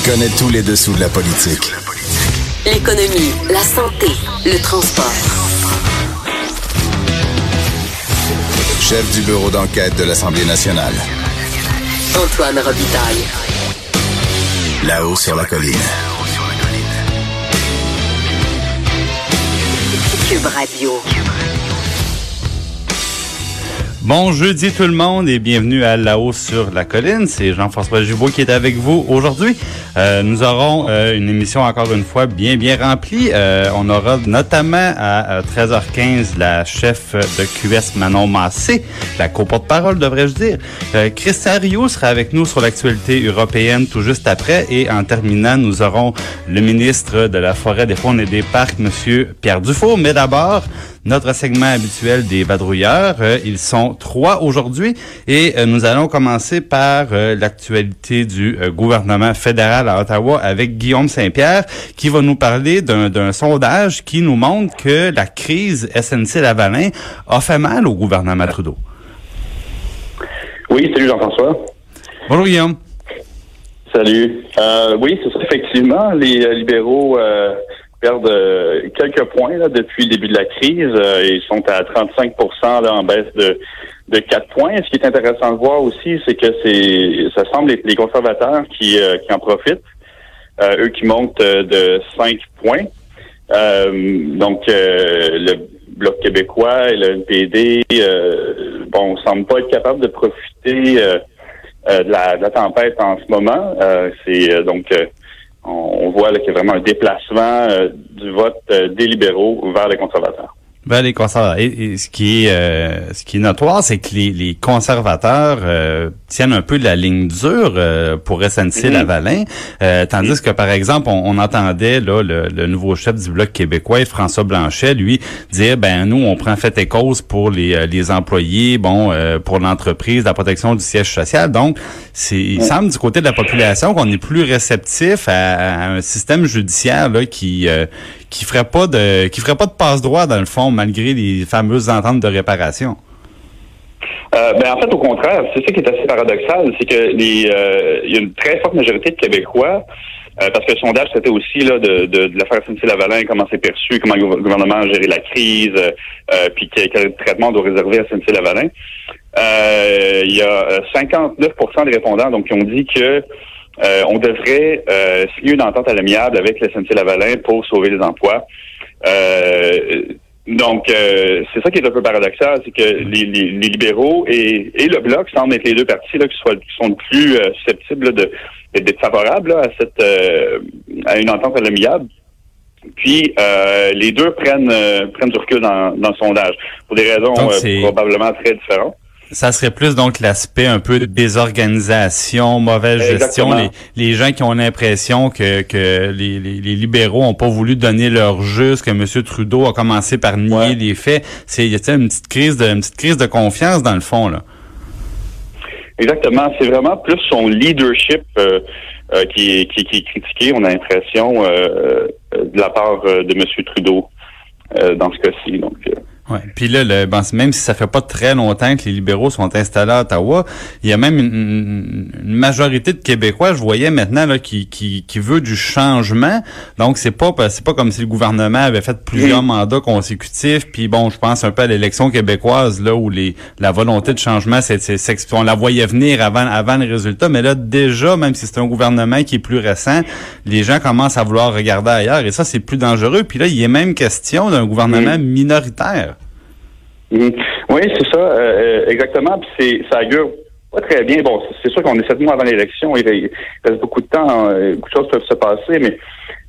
connaît tous les dessous de la politique. L'économie, la santé, le transport. Chef du bureau d'enquête de l'Assemblée nationale. Antoine Robitaille. Là-haut sur la colline. Cube Radio. Bon jeudi tout le monde et bienvenue à Là-haut sur la colline. C'est Jean-François Gibault qui est avec vous aujourd'hui. Nous aurons une émission encore une fois bien remplie. On aura notamment à 13h15 la chef de QS Manon Massé, la co-porte-parole devrais-je dire. Christian Rioux sera avec nous sur l'actualité européenne tout juste après. Et en terminant, nous aurons le ministre de la Forêt, des Faunes et des Parcs, Monsieur Pierre Dufault. Mais d'abord, notre segment habituel des vadrouilleurs. Ils sont 3 aujourd'hui et nous allons commencer par l'actualité du gouvernement fédéral à Ottawa avec Guillaume Saint-Pierre qui va nous parler d'un sondage qui nous montre que la crise SNC-Lavalin a fait mal au gouvernement Trudeau. Oui, salut Jean-François. Bonjour Guillaume. Salut. Oui, c'est ça, effectivement, les libéraux perdent quelques points là, depuis le début de la crise. Ils sont à 35 là, en baisse de 4 points. Ce qui est intéressant de voir aussi, c'est que ça semble être les conservateurs qui en profitent. Eux qui montent de 5 points. Donc, le Bloc québécois et le NPD, ne semblent pas être capables de profiter de la tempête en ce moment. On voit là, qu'il y a vraiment un déplacement du vote des libéraux vers les conservateurs. Ben, les conservateurs. Et ce qui est notoire, c'est que les conservateurs tiennent un peu de la ligne dure pour SNC-Lavalin, tandis que, par exemple, on entendait là le nouveau chef du Bloc québécois, François Blanchet, lui, dire, nous, on prend fait et cause pour les employés, pour l'entreprise, la protection du siège social. Donc, il semble du côté de la population qu'on est plus réceptif à un système judiciaire là qui ferait pas de passe-droit dans le fond, malgré les fameuses ententes de réparation. En fait, au contraire, c'est ça qui est assez paradoxal, c'est que il y a une très forte majorité de Québécois, parce que le sondage c'était aussi là de l'affaire SNC-Lavalin, comment c'est perçu, comment le gouvernement a géré la crise, puis quel traitement on doit réserver à SNC-Lavalin. Il y a 59% des répondants donc qui ont dit que on devrait signer une entente à l'amiable avec le SNC-Lavalin pour sauver les emplois. C'est ça qui est un peu paradoxal, c'est que les libéraux et le Bloc semblent être les deux partis là, qui sont le plus susceptibles d'être favorables là, à une entente à l'amiable. Puis les deux prennent du recul dans le sondage pour des raisons probablement très différentes. Ça serait plus donc l'aspect un peu de désorganisation, mauvaise gestion, les gens qui ont l'impression que les libéraux ont pas voulu donner leur juste, que M. Trudeau a commencé par nier les faits. Il y a une petite crise de confiance dans le fond là. Exactement, c'est vraiment plus son leadership qui est critiqué, on a l'impression de la part de M. Trudeau dans ce cas-ci. Donc ouais. Puis là, même si ça fait pas très longtemps que les libéraux sont installés à Ottawa, il y a même une majorité de Québécois, je voyais maintenant là, qui veut du changement. Donc c'est pas comme si le gouvernement avait fait plusieurs mandats consécutifs. Puis je pense un peu à l'élection québécoise là où la volonté de changement, on la voyait venir avant le résultat. Mais là déjà, même si c'est un gouvernement qui est plus récent, les gens commencent à vouloir regarder ailleurs et ça c'est plus dangereux. Puis là, il y a même question d'un gouvernement minoritaire. Oui, c'est ça, exactement. Puis ça augure pas très bien. Bon, c'est sûr qu'on est 7 mois avant l'élection. Il reste beaucoup de temps, beaucoup de choses peuvent se passer, mais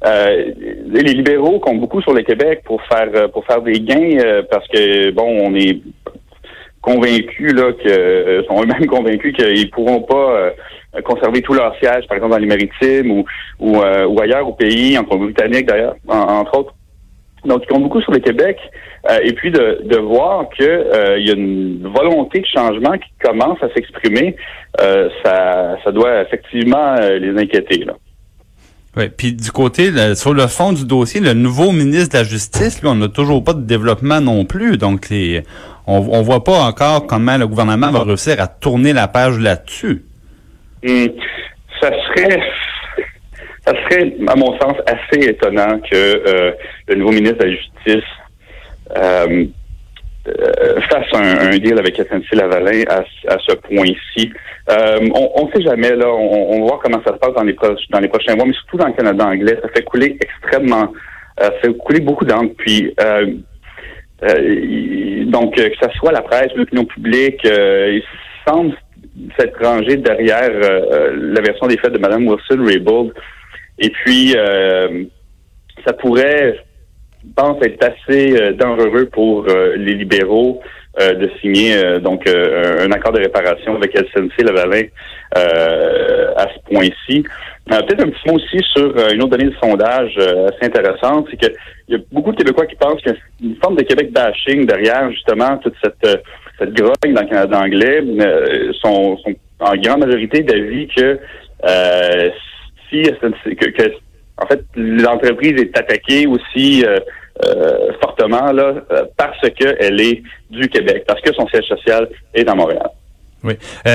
les libéraux comptent beaucoup sur le Québec pour faire des gains, parce que on est convaincus là que sont eux-mêmes convaincus qu'ils pourront pas conserver tous leurs sièges, par exemple dans les Maritimes ou ailleurs au pays, en Colombie-Britannique d'ailleurs, entre autres. Donc, ils comptent beaucoup sur le Québec, et puis de voir que il y a une volonté de changement qui commence à s'exprimer, ça doit effectivement les inquiéter là. Oui, puis du côté, sur le fond du dossier, le nouveau ministre de la Justice, lui, on n'a toujours pas de développement non plus, donc on voit pas encore comment le gouvernement va réussir à tourner la page là-dessus. Ça serait ça serait, à mon sens, assez étonnant que le nouveau ministre de la Justice fasse un deal avec SNC-Lavalin à ce point-ci. On ne sait jamais, là, on va voir comment ça se passe dans les prochains mois, mais surtout dans le Canada anglais, ça fait couler beaucoup d'encre. Puis donc, que ça soit la presse, l'opinion publique, il semble s'être rangé derrière la version des faits de Mme Wilson-Raybould. Et puis, ça pourrait, je pense, être assez dangereux pour les libéraux de signer un accord de réparation avec SNC-Lavalin à ce point-ci. Peut-être un petit mot aussi sur une autre donnée de sondage assez intéressante, c'est qu'il y a beaucoup de Québécois qui pensent qu'il y a une forme de Québec bashing derrière justement toute cette grogne dans le Canada anglais. Sont en grande majorité d'avis que si en fait l'entreprise est attaquée aussi fortement là parce qu'elle est du Québec, parce que son siège social est à Montréal. Oui.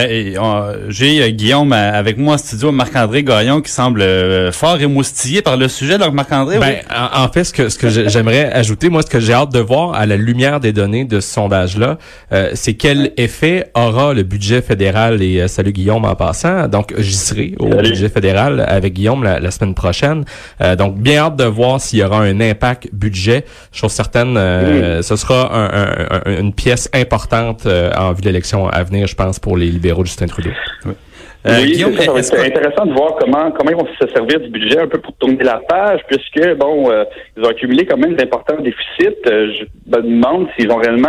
J'ai Guillaume avec moi en studio, Marc-André Gagnon, qui semble fort émoustillé par le sujet. Donc, Marc-André, oui. En fait, ce que j'aimerais ajouter, moi, ce que j'ai hâte de voir à la lumière des données de ce sondage-là, c'est quel effet aura le budget fédéral. Et salut Guillaume en passant. Donc, j'y serai au budget fédéral avec Guillaume la semaine prochaine. Donc, bien hâte de voir s'il y aura un impact budget. Chose certaine, ce sera une pièce importante en vue de l'élection à venir, je pense, pour les libéraux de Justin Trudeau. Oui. Guillaume, ça va être intéressant de voir comment ils vont se servir du budget un peu pour tourner la page, puisque ils ont accumulé quand même d'importants déficits. Je me demande s'ils ont réellement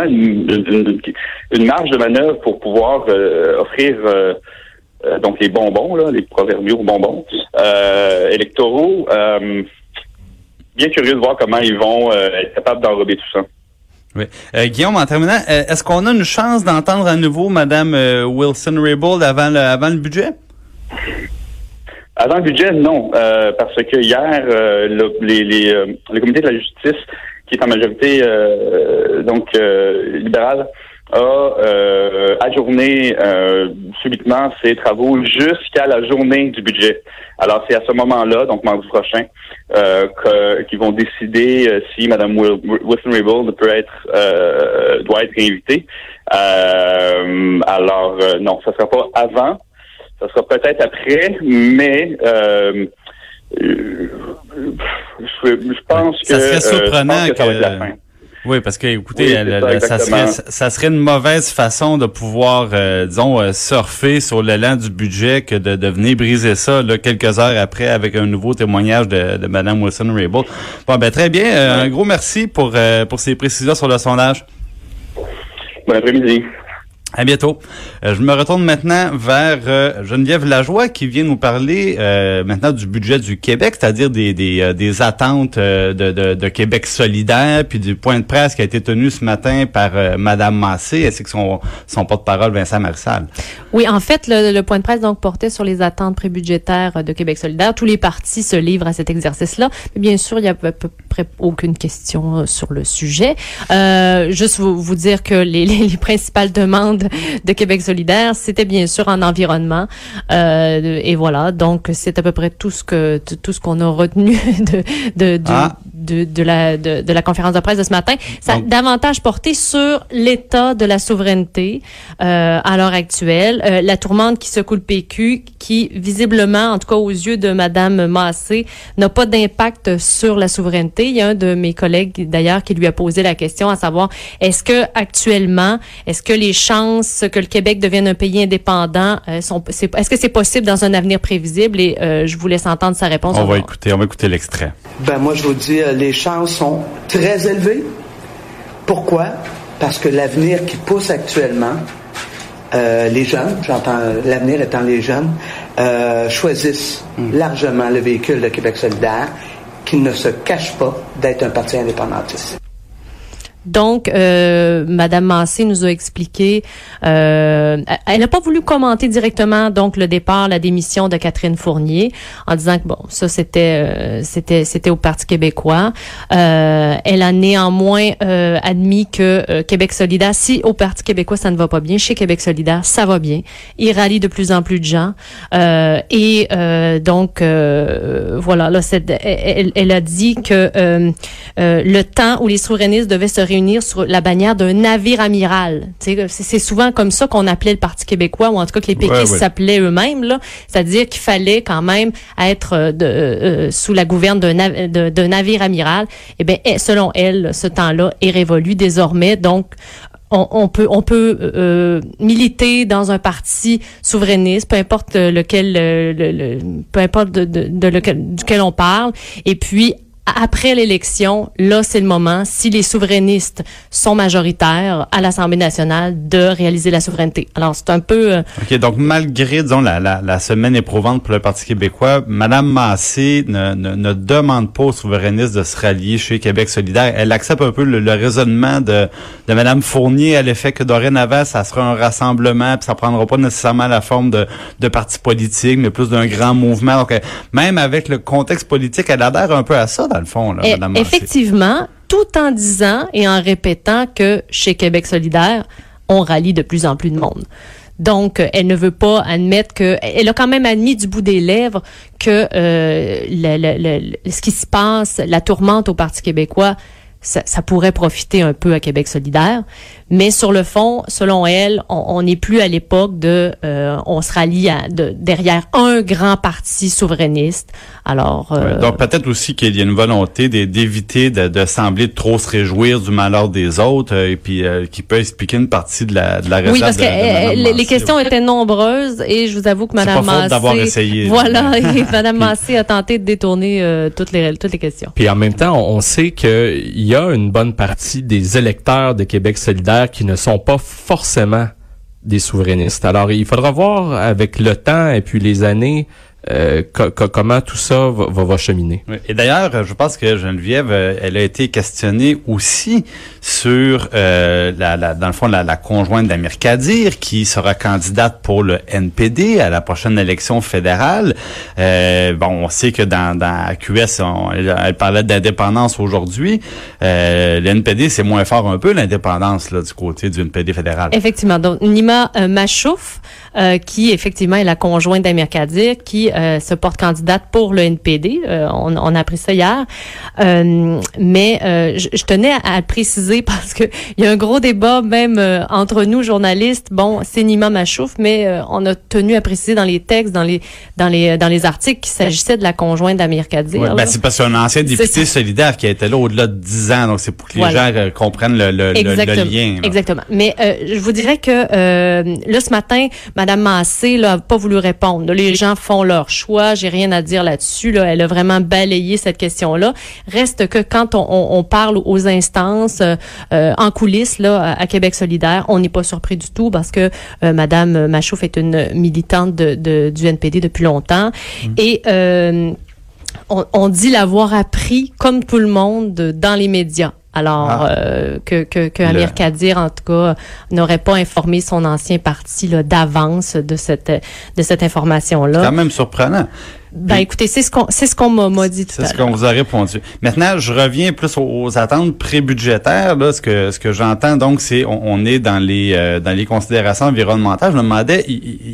une marge de manœuvre pour pouvoir offrir donc les bonbons, là, les proverbiaux bonbons électoraux. Bien curieux de voir comment ils vont être capables d'enrober tout ça. Oui. Guillaume, en terminant, est-ce qu'on a une chance d'entendre à nouveau Mme Wilson-Raybould avant le budget? Avant le budget, non. Parce que hier, le comité de la justice, qui est en majorité libérale, a adjourné subitement ses travaux jusqu'à la journée du budget. Alors, c'est à ce moment-là, donc mardi prochain, qu'ils vont décider si Mme Wilson-Raybould doit être réinvitée. Alors, non, ça sera pas avant, ça sera peut-être après, mais je pense que ça serait surprenant que ça va être la fin. Oui, parce que, écoutez, ça serait une mauvaise façon de pouvoir, surfer sur l'élan du budget que de venir briser ça là, quelques heures après avec un nouveau témoignage de Mme Wilson-Raybould. Bon, très bien. Un gros merci pour ces précisions sur le sondage. Bon après-midi. À bientôt. Je me retourne maintenant vers Geneviève Lajoie qui vient nous parler maintenant du budget du Québec, c'est-à-dire des attentes de Québec solidaire, puis du point de presse qui a été tenu ce matin par Madame Massé, ainsi que son porte-parole Vincent Marissal. Oui, en fait, le point de presse donc portait sur les attentes prébudgétaires de Québec solidaire. Tous les partis se livrent à cet exercice-là. Mais bien sûr, il n'y a à peu près aucune question sur le sujet. Juste vous dire que les principales demandes de Québec solidaire, c'était bien sûr en environnement. Et voilà, donc c'est à peu près tout ce qu'on a retenu de la conférence de presse de ce matin. Ça a davantage porté sur l'état de la souveraineté à l'heure actuelle. La tourmente qui secoue le PQ, qui visiblement, en tout cas aux yeux de Madame Massé, n'a pas d'impact sur la souveraineté. Il y a un de mes collègues d'ailleurs qui lui a posé la question à savoir est-ce que les chances que le Québec devienne un pays indépendant est-ce que c'est possible dans un avenir prévisible? Et je vous laisse entendre sa réponse. On va écouter l'extrait. Moi je vous dis les chances sont très élevées. Pourquoi? Parce que l'avenir qui pousse actuellement, les jeunes, j'entends l'avenir étant les jeunes, choisissent largement le véhicule de Québec solidaire qui ne se cache pas d'être un parti indépendantiste. Donc, Madame Massé nous a expliqué, elle n'a pas voulu commenter directement donc le départ, la démission de Catherine Fournier, en disant que bon, ça c'était au Parti québécois. Elle a néanmoins admis que Québec solidaire, si au Parti québécois ça ne va pas bien, chez Québec solidaire ça va bien. Il rallie de plus en plus de gens donc voilà, là elle a dit que le temps où les souverainistes devaient se réunir sur la bannière d'un navire amiral. C'est souvent comme ça qu'on appelait le Parti québécois, ou en tout cas que les péquistes s'appelaient eux-mêmes, là. C'est-à-dire qu'il fallait quand même être sous la gouverne d'un navire amiral. Eh bien, selon elle, ce temps-là est révolu désormais. Donc, on peut militer dans un parti souverainiste, peu importe lequel, peu importe duquel on parle, et puis après l'élection, là, c'est le moment, si les souverainistes sont majoritaires à l'Assemblée nationale, de réaliser la souveraineté. Alors, c'est un peu... OK, donc malgré, disons, la semaine éprouvante pour le Parti québécois, Mme Massé ne demande pas aux souverainistes de se rallier chez Québec solidaire. Elle accepte un peu le raisonnement de Mme Fournier à l'effet que dorénavant, ça sera un rassemblement, puis ça prendra pas nécessairement la forme de parti politique, mais plus d'un grand mouvement. Donc, même avec le contexte politique, elle adhère un peu à ça, dans le fond, là, Mme Massé. Effectivement, tout en disant et en répétant que chez Québec solidaire, on rallie de plus en plus de monde. Donc, elle ne veut pas admettre que... Elle a quand même admis du bout des lèvres que ce qui se passe, la tourmente au Parti québécois, ça pourrait profiter un peu à Québec solidaire. Mais sur le fond, selon elle, on n'est plus à l'époque on se rallie derrière un grand parti souverainiste. Alors, donc peut-être aussi qu'il y a une volonté d'éviter de sembler trop se réjouir du malheur des autres, et puis qui peut expliquer une partie de la réserve. Oui, parce que les questions étaient nombreuses, et je vous avoue que Mme Massé, d'avoir essayé. Voilà, et Mme Massé a tenté de détourner toutes les questions. Puis en même temps, on sait qu'il y a une bonne partie des électeurs de Québec solidaire qui ne sont pas forcément des souverainistes. Alors, il faudra voir avec le temps et puis les années comment tout ça va cheminer. Oui. Et d'ailleurs, je pense que Geneviève, elle a été questionnée aussi sur dans le fond la conjointe d'Amir Kadir, qui sera candidate pour le NPD à la prochaine élection fédérale. On sait que dans QS, elle parlait d'indépendance aujourd'hui. Le NPD, c'est moins fort un peu, l'indépendance là du côté du NPD fédéral. Effectivement. Donc, Nima Machouf, qui effectivement est la conjointe d'Amir Kadir, qui se porte candidate pour le NPD. On a appris ça hier. Mais je tenais à le préciser parce que il y a un gros débat même entre nous journalistes. Bon, c'est Nima Machouf, mais on a tenu à préciser dans les textes, dans les articles qu'il s'agissait de la conjointe d'Amir Kadir. Ouais, c'est parce qu'un ancien député solidaire qui a été là au-delà de 10 ans, donc c'est pour que les gens comprennent le lien. Là. Exactement. Mais je vous dirais que là ce matin, Mme Massé n'a pas voulu répondre. Là, les gens font leur choix, j'ai rien à dire là-dessus. Là, elle a vraiment balayé cette question-là. Reste que quand on parle aux instances en coulisses là à Québec solidaire, on n'est pas surpris du tout parce que Mme Machouf est une militante du NPD depuis longtemps. Et on dit l'avoir appris comme tout le monde dans les médias. Alors que Amir Kadir, en tout cas, n'aurait pas informé son ancien parti là, d'avance de cette information-là. C'est quand même surprenant. Ben écoutez, c'est ce qu'on m'a dit tout à l'heure. C'est ce qu'on vous a répondu. Maintenant, je reviens plus aux attentes prébudgétaires. Là, ce que j'entends donc, c'est on est dans les considérations environnementales. Je me demandais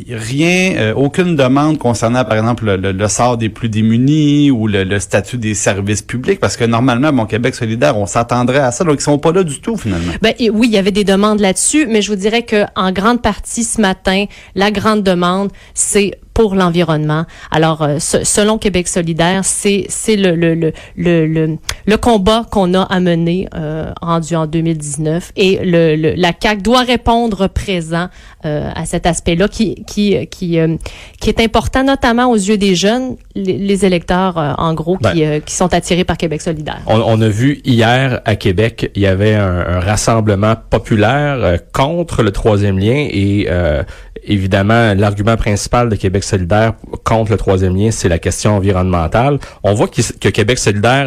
aucune demande concernant par exemple le sort des plus démunis ou le statut des services publics, parce que normalement, mon Québec solidaire, on s'attendrait à ça. Donc ils sont pas là du tout finalement. Ben oui, il y avait des demandes là-dessus, mais je vous dirais que en grande partie ce matin, la grande demande, c'est pour l'environnement. Alors, selon Québec solidaire, c'est le combat qu'on a à mener rendu en 2019, et la CAQ doit répondre présent à cet aspect-là qui est important, notamment aux yeux des jeunes, les électeurs en gros qui sont attirés par Québec solidaire. On a vu hier à Québec, il y avait un rassemblement populaire contre le troisième lien, et évidemment, l'argument principal de Québec solidaire contre le troisième lien, c'est la question environnementale. On voit que Québec solidaire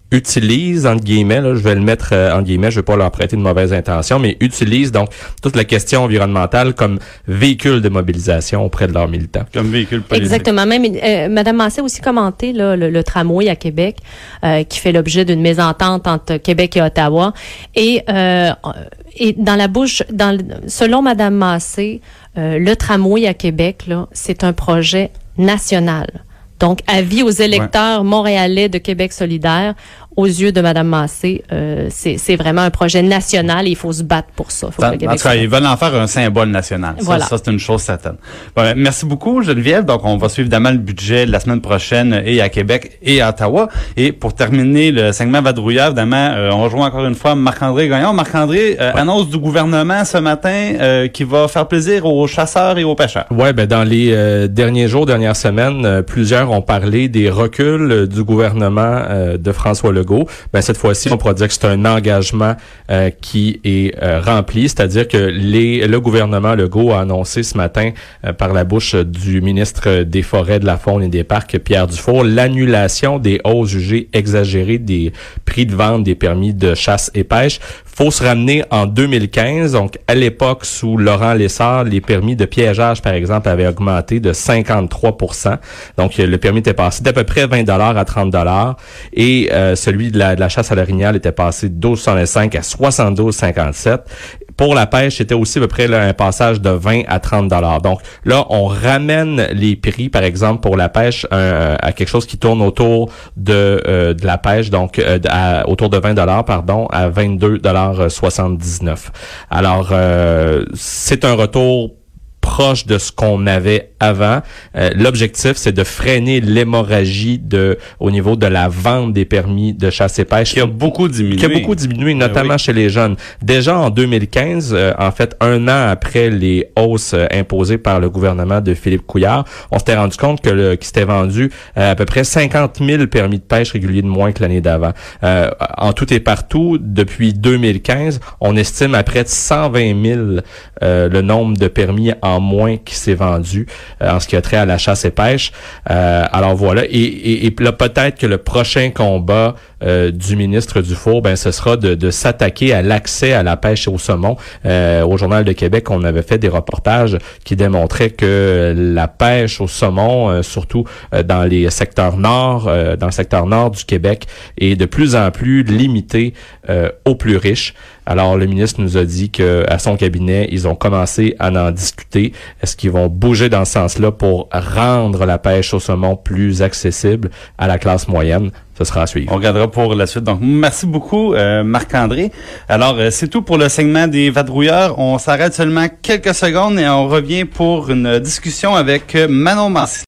utilise, entre guillemets, là, je vais le mettre entre guillemets, je vais pas leur prêter de mauvaises intentions, mais utilise donc toute la question environnementale comme véhicule de mobilisation auprès de leurs militants. Comme véhicule politique. Exactement. Même Mme Massé a aussi commenté là, le tramway à Québec, qui fait l'objet d'une mésentente entre Québec et Ottawa. Et dans la bouche, selon Mme Massé, le tramway à Québec, là, c'est un projet national. Donc, avis aux électeurs montréalais de Québec solidaire, aux yeux de Mme Massé, c'est vraiment un projet national et il faut se battre pour ça. En tout cas, ils veulent en faire un symbole national. Voilà. Ça c'est une chose certaine. Bon, merci beaucoup, Geneviève. Donc, on va suivre évidemment le budget la semaine prochaine et à Québec et à Ottawa. Et pour terminer le segment vadrouilleur, évidemment, on rejoint encore une fois Marc-André Gagnon. Marc-André, annonce du gouvernement ce matin qui va faire plaisir aux chasseurs et aux pêcheurs. Ouais, dans les derniers jours, dernières semaines, plusieurs ont parlé des reculs du gouvernement de François Legault. Cette fois-ci, on pourra dire que c'est un engagement qui est rempli, c'est-à-dire que le gouvernement Legault a annoncé ce matin par la bouche du ministre des Forêts, de la Faune et des Parcs, Pierre Dufour, l'annulation des hausses jugées exagérées des prix de vente des permis de chasse et pêche. Faut se ramener en 2015, donc à l'époque sous Laurent Lessard, les permis de piégeage, par exemple, avaient augmenté de 53%. Donc le permis était passé d'à peu près 20 à 30 et celui de la chasse à l'orignal était passé de 12,65 à 72,57. Pour la pêche, c'était aussi à peu près là, un passage de 20 à 30 $. Donc là, on ramène les prix, par exemple, pour la pêche à quelque chose qui tourne autour de la pêche, donc autour de 20 $, à 22,79 $. Alors, c'est un retour proche de ce qu'on avait avant. L'objectif, c'est de freiner l'hémorragie au niveau de la vente des permis de chasse et pêche. Qui a beaucoup diminué. Notamment chez les jeunes. Déjà en 2015, en fait, un an après les hausses imposées par le gouvernement de Philippe Couillard, on s'était rendu compte qu'il s'était vendu à peu près 50 000 permis de pêche réguliers de moins que l'année d'avant. En tout et partout, depuis 2015, on estime à près de 120 000 le nombre de permis en moins qui s'est vendu en ce qui a trait à la chasse et pêche. Alors voilà. Et là, peut-être que le prochain combat du ministre Dufour, ce sera de s'attaquer à l'accès à la pêche au saumon. Au Journal de Québec, on avait fait des reportages qui démontraient que la pêche au saumon, surtout dans les secteurs nord, dans le secteur nord du Québec, est de plus en plus limitée aux plus riches. Alors, le ministre nous a dit que à son cabinet, ils ont commencé à en discuter. Est-ce qu'ils vont bouger dans ce sens-là pour rendre la pêche au saumon plus accessible à la classe moyenne? Ce sera à suivre. On regardera pour la suite. Donc, merci beaucoup, Marc-André. Alors, c'est tout pour le segment des vadrouilleurs. On s'arrête seulement quelques secondes et on revient pour une discussion avec Manon Massé.